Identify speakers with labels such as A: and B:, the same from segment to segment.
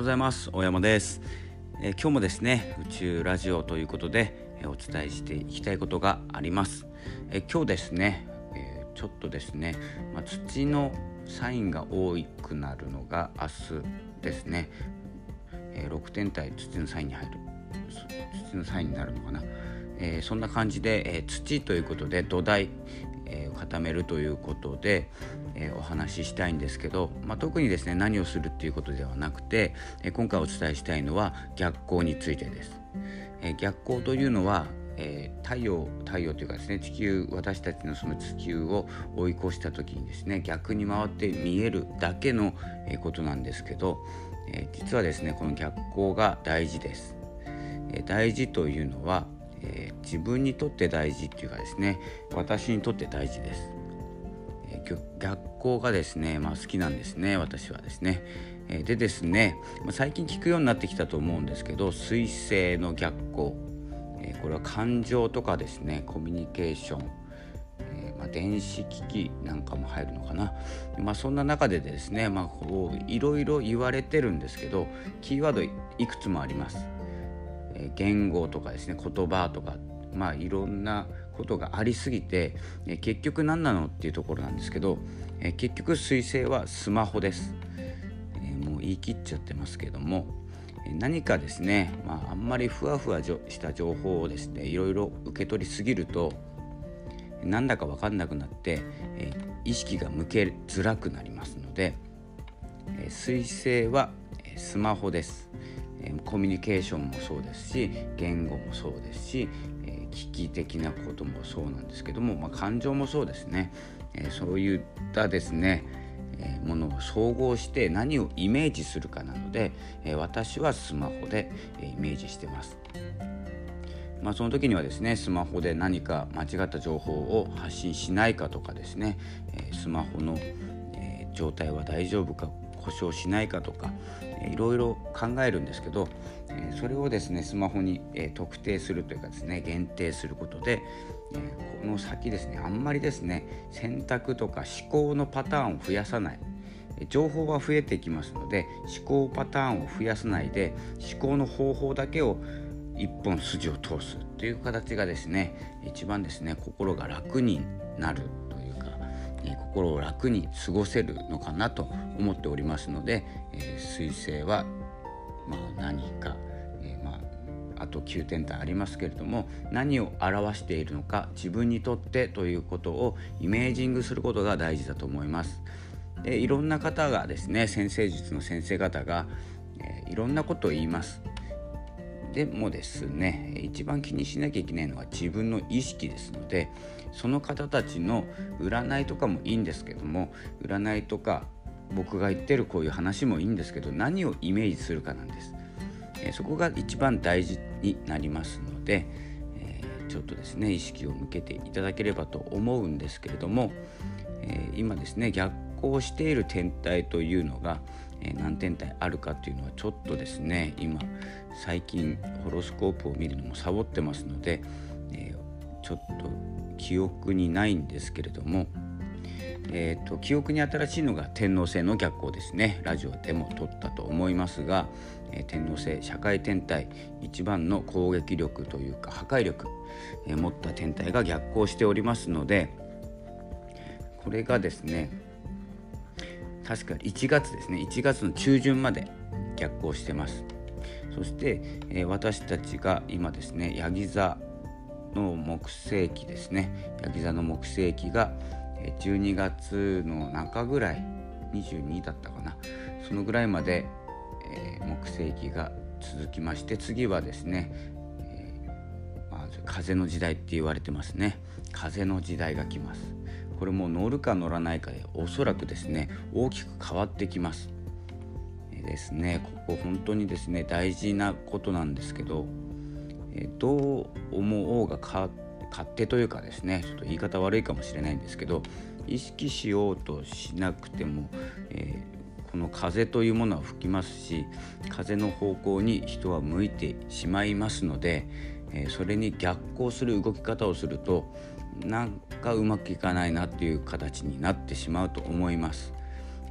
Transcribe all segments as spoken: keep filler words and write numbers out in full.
A: ございます。大山です。えー、今日もですね宇宙ラジオということで、えー、お伝えしていきたいことがあります。えー、今日ですね、えー、ちょっとですね、まあ、土のサインが多くなるのが明日ですね、えー、ろく天体土のサインに入る土のサインになるのかな、えー、そんな感じで、えー、土ということで土台えー、を固めるということで、えー、お話ししたいんですけど、まあ、特にですね何をするっていうことではなくて、えー、今回お伝えしたいのは逆光についてです。えー、逆光というのは、えー、太陽太陽というかですね地球私たちのその地球を追い越した時にですね逆に回って見えるだけの、えー、ことなんですけど、えー、実はですねこの逆光が大事です。えー、大事というのはえー、自分にとって大事っていうかですね私にとって大事です。えー、逆光がですね、まあ、好きなんですね私はですね、えー、でですね、まあ、最近聞くようになってきたと思うんですけど水星の逆光、えー、これは感情とかですねコミュニケーション、えーまあ、電子機器なんかも入るのかな、まあ、そんな中でですね、まあ、こういろいろ言われてるんですけどキーワードいくつもあります。言語とかですね言葉とか、まあいろんなことがありすぎて結局何なのっていうところなんですけど、結局水星はスマホです。もう言い切っちゃってますけども、何かですね、まあ、あんまりふわふわした情報をですねいろいろ受け取りすぎるとなんだか分かんなくなって意識が向けづらくなりますので、水星はスマホです。コミュニケーションもそうですし言語もそうですし、えー、危機的なこともそうなんですけども、まあ、感情もそうですね、えー、そういったですね、えー、ものを総合して何をイメージするかなので、えー、私はスマホで、えー、イメージしてます。まあ、その時にはですねスマホで何か間違った情報を発信しないかとかですね、えー、スマホの、えー、状態は大丈夫か故障しないかとか、えー、いろいろ考えるんですけど、えー、それをですねスマホに、えー、特定するというかですね限定することで、えー、この先ですねあんまりですね選択とか思考のパターンを増やさない、情報は増えてきますので思考パターンを増やさないで思考の方法だけを一本筋を通すという形がですね一番ですね心が楽になるというか、えー、心を楽に過ごせるのかなと思っておりますので、えー、水星は、まあ、何か、えーまあ、あときゅう天体ありますけれども何を表しているのか自分にとってということをイメージングすることが大事だと思います。でいろんな方がですね占星術の先生方が、えー、いろんなことを言います。でもですね一番気にしなきゃいけないのは自分の意識ですのでその方たちの占いとかもいいんですけども占いとか僕が言ってるこういう話もいいんですけど何をイメージするかなんです。えー、そこが一番大事になりますので、えー、ちょっとですね意識を向けていただければと思うんですけれども、えー、今ですね逆行している天体というのが、えー、何天体あるかというのはちょっとですね今最近ホロスコープを見るのもサボってますので、えー、ちょっと記憶にないんですけれども、えー、と記憶に新しいのが天王星の逆行ですね。ラジオでも撮ったと思いますが、えー、天王星社会天体一番の攻撃力というか破壊力、えー、持った天体が逆行しておりますのでこれがですね確かいちがつですねいちがつの中旬まで逆行してます。そして、えー、私たちが今ですねヤギ座の木星期ですねヤギ座の木星期がじゅうにがつの中ぐらいにじゅうにだったかなそのぐらいまで、えー、木星期が続きまして次はですね、えーまあ、風の時代って言われてますね。風の時代が来ます。これも乗るか乗らないかでおそらくですね大きく変わってきますですね。ここ本当にですね大事なことなんですけど、えー、どう思おうがか勝手というかですねちょっと言い方悪いかもしれないんですけど意識しようとしなくても、えー、この風というものは吹きますし風の方向に人は向いてしまいますので、えー、それに逆行する動き方をするとなんかうまくいかないなっていう形になってしまうと思います。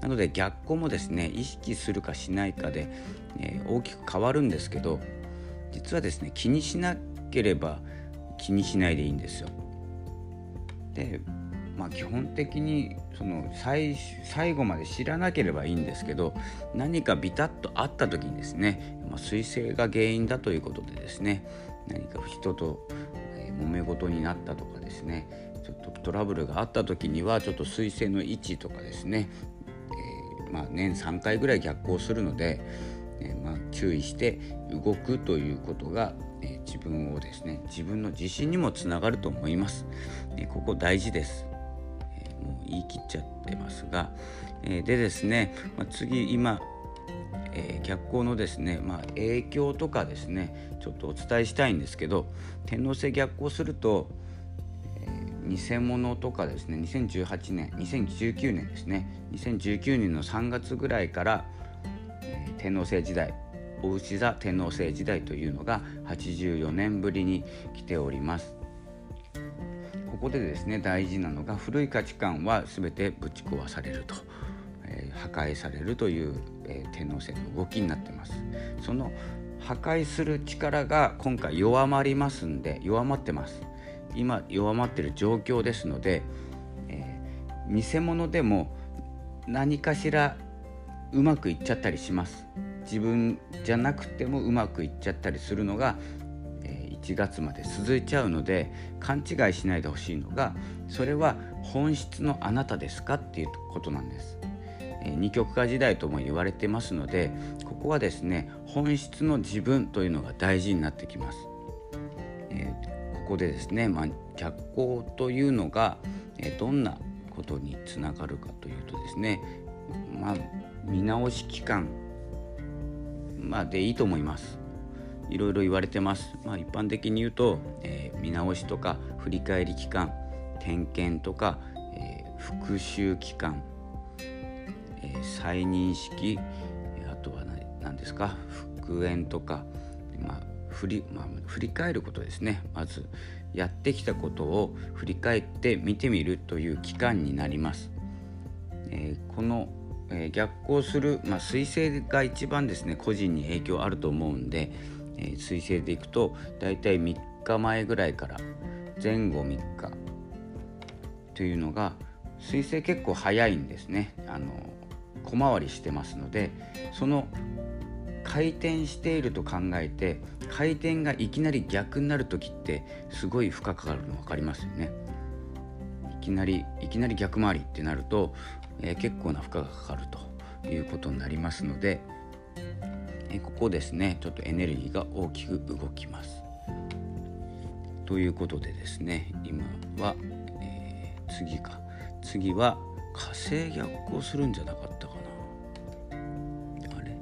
A: なので逆行もですね、意識するかしないかで、えー、大きく変わるんですけど、実はですね、気にしなければ気にしないでいいんですよ。で、まあ、基本的にその 最, 最後まで知らなければいいんですけど、何かビタッとあった時にですね、まあ、彗星が原因だということでですね、何か人と、えー、揉め事になったとかですね、ちょっとトラブルがあった時にはちょっと彗星の位置とかですね、えーまあ、年さんかいぐらい逆行するので、えーまあ、注意して動くということが、えー、自分をですね、自分の自信にもつながると思います。えー、ここ大事です。もう言い切っちゃってますが、えー、でですね、まあ、次今、えー、逆行のですね、まあ、影響とかですね、ちょっとお伝えしたいんですけど、天王星逆行すると、えー、偽物とかですね、にせんじゅうはちねんにせんじゅうきゅうねんですね、にせんじゅうきゅうねんのさんがつぐらいから、えー、天王星時代、おうし座天王星時代というのがはちじゅうよねんぶりに来ております。ここでですね、大事なのが、古い価値観は全てぶち壊されると、えー、破壊されるという、えー、天王星の動きになっています。その破壊する力が今回弱まりますんで、弱まってます。今弱まっている状況ですので、えー、偽物でも何かしらうまくいっちゃったりします。自分じゃなくてもうまくいっちゃったりするのがいちがつまで続いちゃうので、勘違いしないでほしいのが、それは本質のあなたですかっていうことなんです。えー、二極化時代とも言われてますので、ここはですね、本質の自分というのが大事になってきます。えー、ここでですね、まあ、逆行というのが、えー、どんなことにつながるかというとですね、まあ、見直し期間、まあ、でいいと思います。いろいろ言われてます。まあ、一般的に言うと、えー、見直しとか振り返り期間、点検とか、えー、復習期間、えー、再認識、あとは何ですか、復縁とか、まあ振りまあ、振り返ることですね。まずやってきたことを振り返って見てみるという期間になります。えー、このえー、逆行する、まあ、彗星が一番ですね、個人に影響あると思うんで、えー、彗星でいくとだいたいみっかまえぐらいから前後みっかというのが、彗星結構早いんですね。あの小回りしてますので、その回転していると考えて、回転がいきなり逆になるときってすごい負荷かかるの分かりますよね。いきなりいきなり逆回りってなると、えー、結構な負荷がかかるということになりますので、えー、ここですね、ちょっとエネルギーが大きく動きます。ということでですね、今は、えー、次か次は火星逆行するんじゃなかったかな。あれ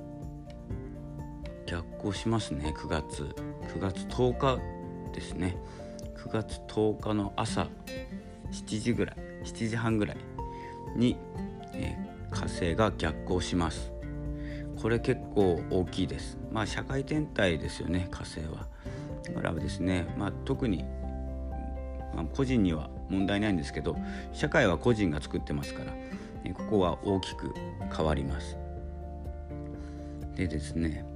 A: 逆行しますね。くがつくがつとおかですね。くがつとおかの朝しちじぐらいしちじはんぐらいに、えー、火星が逆行します。これ結構大きいです。まあ社会天体ですよね、火星は。だからですね、まあ、特に、まあ、個人には問題ないんですけど、社会は個人が作ってますから、えー、ここは大きく変わります。でですね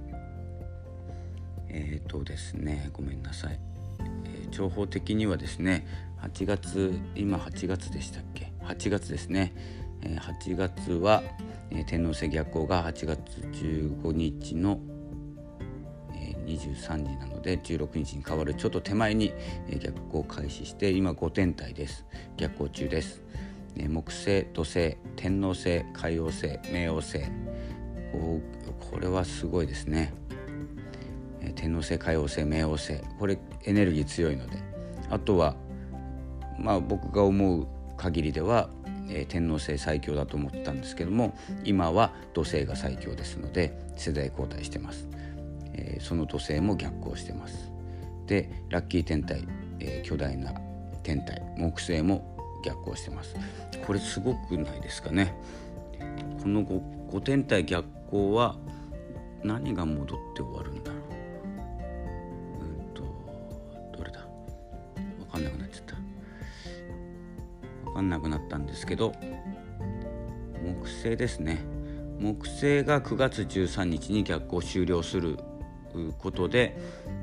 A: えっ、ー、とですねごめんなさい、えー、情報的にはですね、はちがつ、今はちがつでしたっけ、はちがつですね、えー、はちがつは、えー、天王星逆行がはちがつじゅうごにちの、えー、にじゅうさんじなのでじゅうろくにちに変わるちょっと手前に、えー、逆行開始して、今ご天体です。逆行中です。えー、木星、土星、天王星、海王星、冥王星、こ, これはすごいですね。えー、天王星、海王星、冥王星、これエネルギー強いので、あとはまあ僕が思う限りでは、えー、天王星最強だと思ったんですけども、今は土星が最強ですので世代交代してます。えー、その土星も逆行してます。でラッキー天体、えー、巨大な天体木星も逆行してます。これすごくないですかね。この 5, 5天体逆行は何が戻って終わるんだろう。うんとどれだ、分かんなくなっちゃった分かんなくなったんですけど、 木星ですね。木星がくがつじゅうさんにちに逆行終了することで、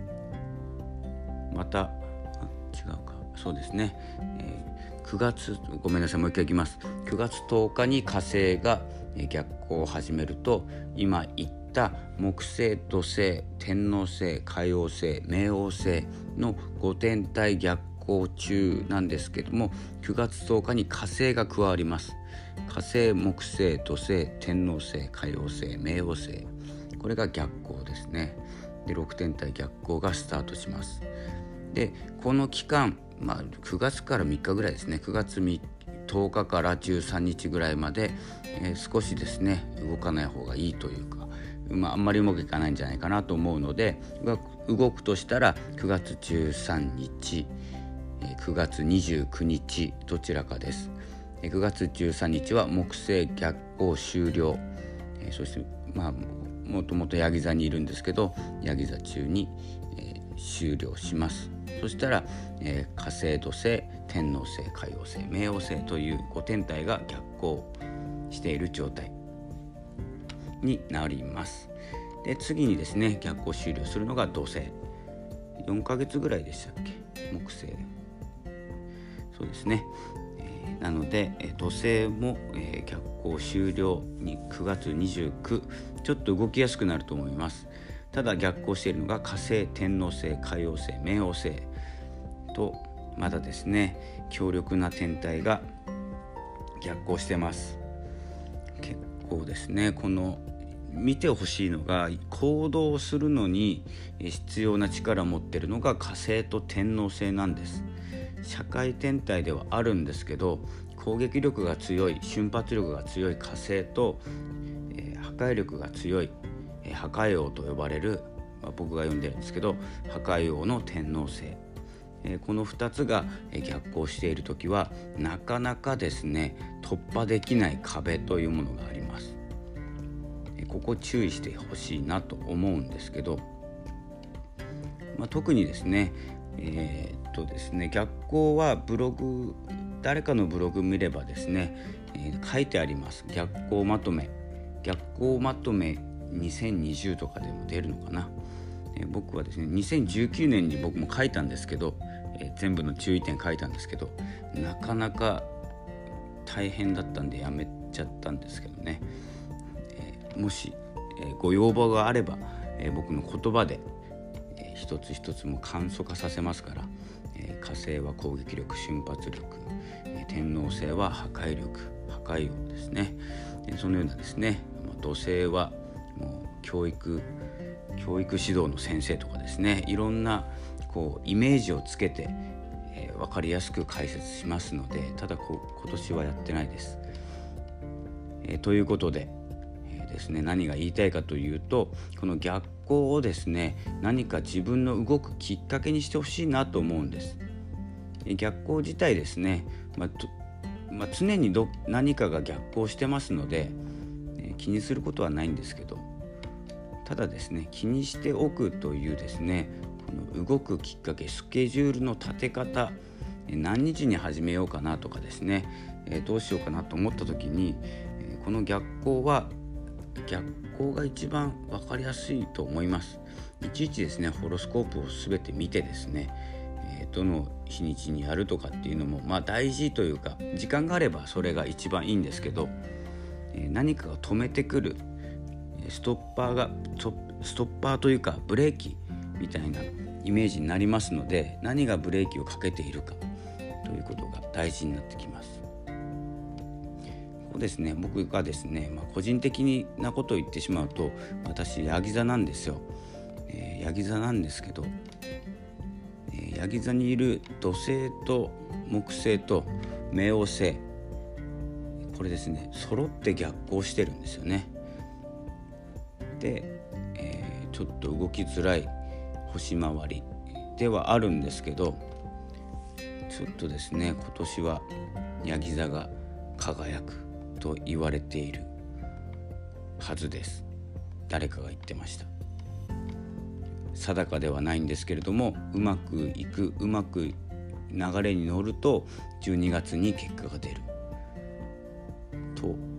A: また違うかそうですね、えー、くがつごめんなさいもう一回いきます。くがつとおかに火星が逆行を始めると、今言った木星、土星、天王星、海王星、冥王星のご天体逆行中なんですけども、くがつとおかに火星が加わります。火星、木星、土星、天王星、海王星、冥王星、これが逆行ですね。でろく天体逆行がスタートします。でこの期間、まあ、くがつからみっかぐらいですね、くがつとおかからじゅうさんにちぐらいまで、えー、少しですね動かない方がいいというか、まあ、あんまりうまくいかないんじゃないかなと思うので、動くとしたらくがつじゅうさんにち、くがつにじゅうくにちどちらかです。くがつじゅうさんにちは木星逆行終了、えー、そしてまあもともとヤギ座にいるんですけど、ヤギ座中に、えー、終了します。そしたら、えー、火星、土星、天王星、海王星、冥王星というご天体が逆行している状態になります。で次にですね逆行終了するのが土星。よんかげつぐらいでしたっけ、木星。そうですね、えー、なので、えー、土星も、えー、逆行終了にくがつにじゅうく、ちょっと動きやすくなると思います。ただ逆行しているのが火星、天王星、海王星、冥王星と、まだですね強力な天体が逆行してます。結構ですね、この見てほしいのが、行動するのに必要な力を持っているのが火星と天王星なんです。社会天体ではあるんですけど、攻撃力が強い、瞬発力が強い火星と、えー、破壊力が強い、えー、破壊王と呼ばれる、まあ、僕が呼んでるんですけど破壊王の天王星、えー、このふたつが、えー、逆行しているときはなかなかですね突破できない壁というものがあります。えー、ここ注意してほしいなと思うんですけど、まあ、特にですねえー、っとですね逆行はブログ、誰かのブログ見ればですね、えー、書いてあります。逆行まとめ、逆行まとめにせんにじゅうとかでも出るのかな。えー、僕はですねにせんじゅうきゅうねんに僕も書いたんですけど、えー、全部の注意点書いたんですけど、なかなか大変だったんでやめちゃったんですけどね。えー、もし、えー、ご要望があれば、えー、僕の言葉で一つ一つも簡素化させますから、えー、火星は攻撃力、瞬発力、えー、天王星は破壊力、破壊王ですね。えー、そのようなですね、土星はもう教育教育指導の先生とかですね、いろんなこうイメージをつけて、えー、分かりやすく解説しますので、ただこ今年はやってないです。えー、ということで、えー、ですね何が言いたいかというと、この逆行をですね何か自分の動くきっかけにしてほしいなと思うんです。逆行自体ですね、まあとまあ、常にど何かが逆行してますので、えー、気にすることはないんですけど、ただですね気にしておくというですね、この動くきっかけ、スケジュールの立て方、何日に始めようかなとかですね、えー、どうしようかなと思った時に、えー、この逆行は逆行が一番分かりやすいと思います。いちいちですねホロスコープをすべて見てですね、えー、どの日にちにやるとかっていうのもまあ大事というか、時間があればそれが一番いいんですけど、えー、何かが止めてくるストッパーがストッパーというかブレーキみたいなイメージになりますので、何がブレーキをかけているかということが大事になってきます。ここですね、僕がですね、まあ、個人的なことを言ってしまうと、私ヤギ座なんですよ。えー、ヤギ座なんですけど、えー、ヤギ座にいる土星と木星と冥王星、これですね揃って逆行してるんですよね。で、えー、ちょっと動きづらい星回りではあるんですけど、ちょっとですね今年はヤギ座が輝くと言われているはずです。誰かが言ってました。定かではないんですけれども、うまくいく、うまく流れに乗るとじゅうにがつに結果が出ると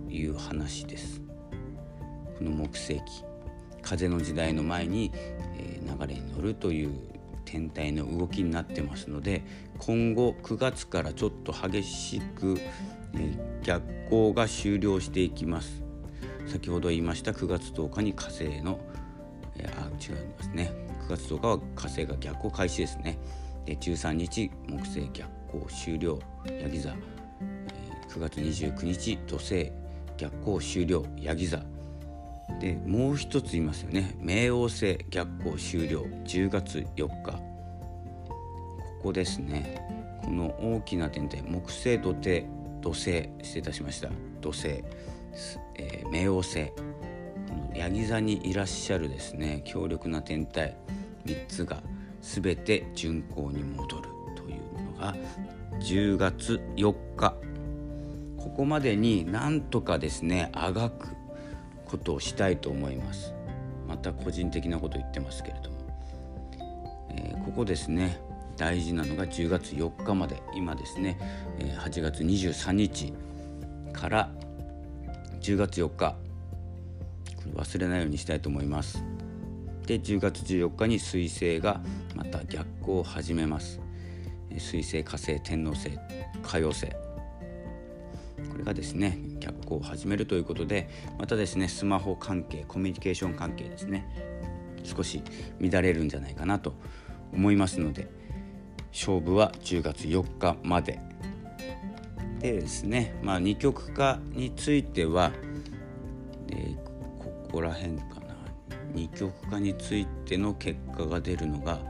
A: いう話です。この木星期、風の時代の前に、えー、流れに乗るという天体の動きになってますので、今後くがつからちょっと激しく、えー、逆行が終了していきます。先ほど言いましたくがつとおかに火星の、えー、あ違いますねくがつとおかは火星が逆行開始ですね。でじゅうさんにち木星逆行終了ヤギ座、えー、くがつにじゅうくにち土星逆行終了ヤギ座で、もう一つ言いますよね。冥王星逆行終了じゅうがつよっか、ここですね。この大きな天体木星土星土星失礼いたしました土星、えー、冥王星、このヤギ座にいらっしゃるですね強力な天体みっつがすべて巡行に戻るというのがじゅうがつよっか。ここまでになんとかですねあがくことをしたいと思います。また個人的なこと言ってますけれども、えー、ここですね大事なのがじゅうがつよっかまで、今ですね、えー、はちがつにじゅうさんにちからじゅうがつよっか、これ忘れないようにしたいと思います。でじゅうがつじゅうよっかに水星がまた逆行を始めます。水星火星天王星海王星、これがですね逆行を始めるということで、またですねスマホ関係コミュニケーション関係ですね少し乱れるんじゃないかなと思いますので、勝負はじゅうがつよっかまででですね、まあ二極化については、えー、ここら辺かな、二極化についての結果が出るのがこ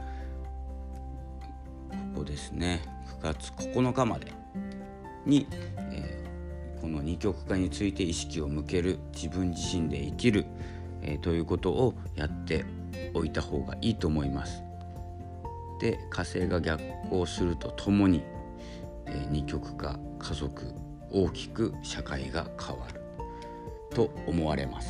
A: こですねくがつここのかまでに、えーこの二極化について意識を向ける、自分自身で生きる、えー、ということをやっておいた方がいいと思います。で火星が逆行するとともに、えー、二極化家族大きく社会が変わると思われます。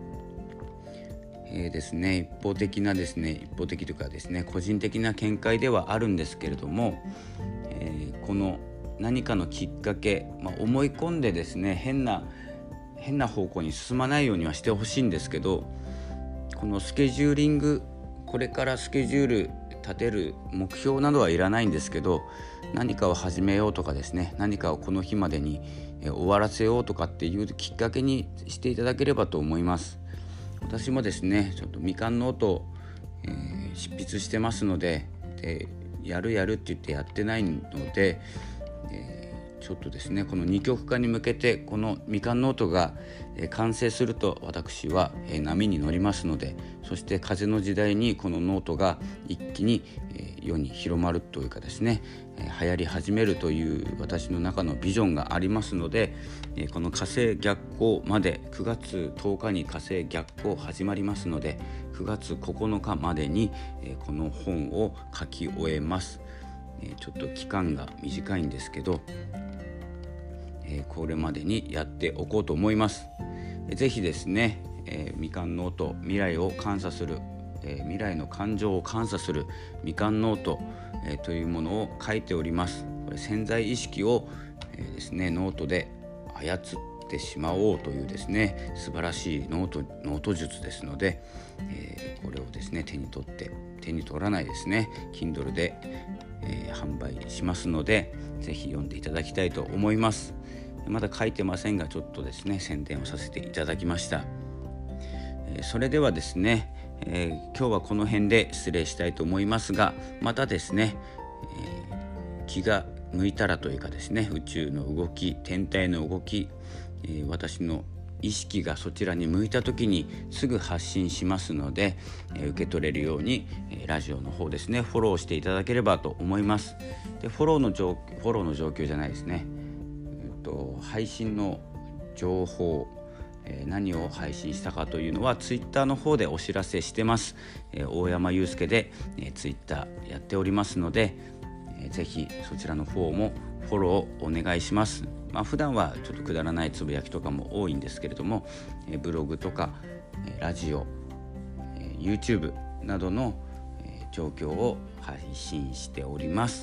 A: えー、ですね一方的なですね一方的というかですね個人的な見解ではあるんですけれども、えー、この何かのきっかけ、まあ、思い込んでですね変な変な方向に進まないようにはしてほしいんですけど、このスケジューリング、これからスケジュール立てる目標などはいらないんですけど、何かを始めようとかですね何かをこの日までに終わらせようとかっていうきっかけにしていただければと思います。私もですねちょっとみかんノートを、えー、執筆してますので、でやるやるって言ってやってないので、えー、ちょっとですねこの二極化に向けてこのみかんノートが、えー、完成すると私は、えー、波に乗りますので、そして風の時代にこのノートが一気に、えー、世に広まるというかですね、えー、流行り始めるという私の中のビジョンがありますので、えー、この火星逆行までくがつとおかに火星逆行始まりますので、くがつここのかまでに、えー、この本を書き終えます。ちょっと期間が短いんですけど、えー、これまでにやっておこうと思います。ぜひですね、えー、みかんノート、未来を監査する、えー、未来の感情を監査するみかんノート、えー、というものを書いております。これ潜在意識を、えー、ですねノートで操ってしまおうというですね素晴らしいノート、ノート術ですので、えー、これをですね手に取って手に取らないですね Kindle でえー、販売しますので、ぜひ読んでいただきたいと思います。まだ書いてませんがちょっとですね宣伝をさせていただきました。えー、それではですね、えー、今日はこの辺で失礼したいと思いますが、またですね、えー、気が向いたらというかですね宇宙の動き、天体の動き、えー、私の意識がそちらに向いた時にすぐ発信しますので、えー、受け取れるように、えー、ラジオの方ですねフォローしていただければと思います。でフォローの状フォローの状況じゃないですね、えー、と配信の情報、えー、何を配信したかというのはツイッターの方でお知らせしてます。えー、大山祐介で、えー、ツイッターやっておりますので、えー、ぜひそちらの方もフォローお願いします。まあ、普段はちょっとくだらないつぶやきとかも多いんですけれども、えー、ブログとか、えー、ラジオ、えー、YouTube などの、えー、状況を配信しております。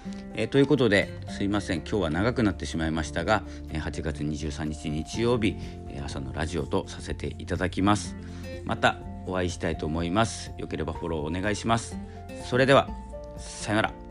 A: えー、ということですいません、今日は長くなってしまいましたが、はちがつにじゅうさんにち日曜日朝のラジオとさせていただきます。またお会いしたいと思います。よければフォローお願いします。それではさよなら。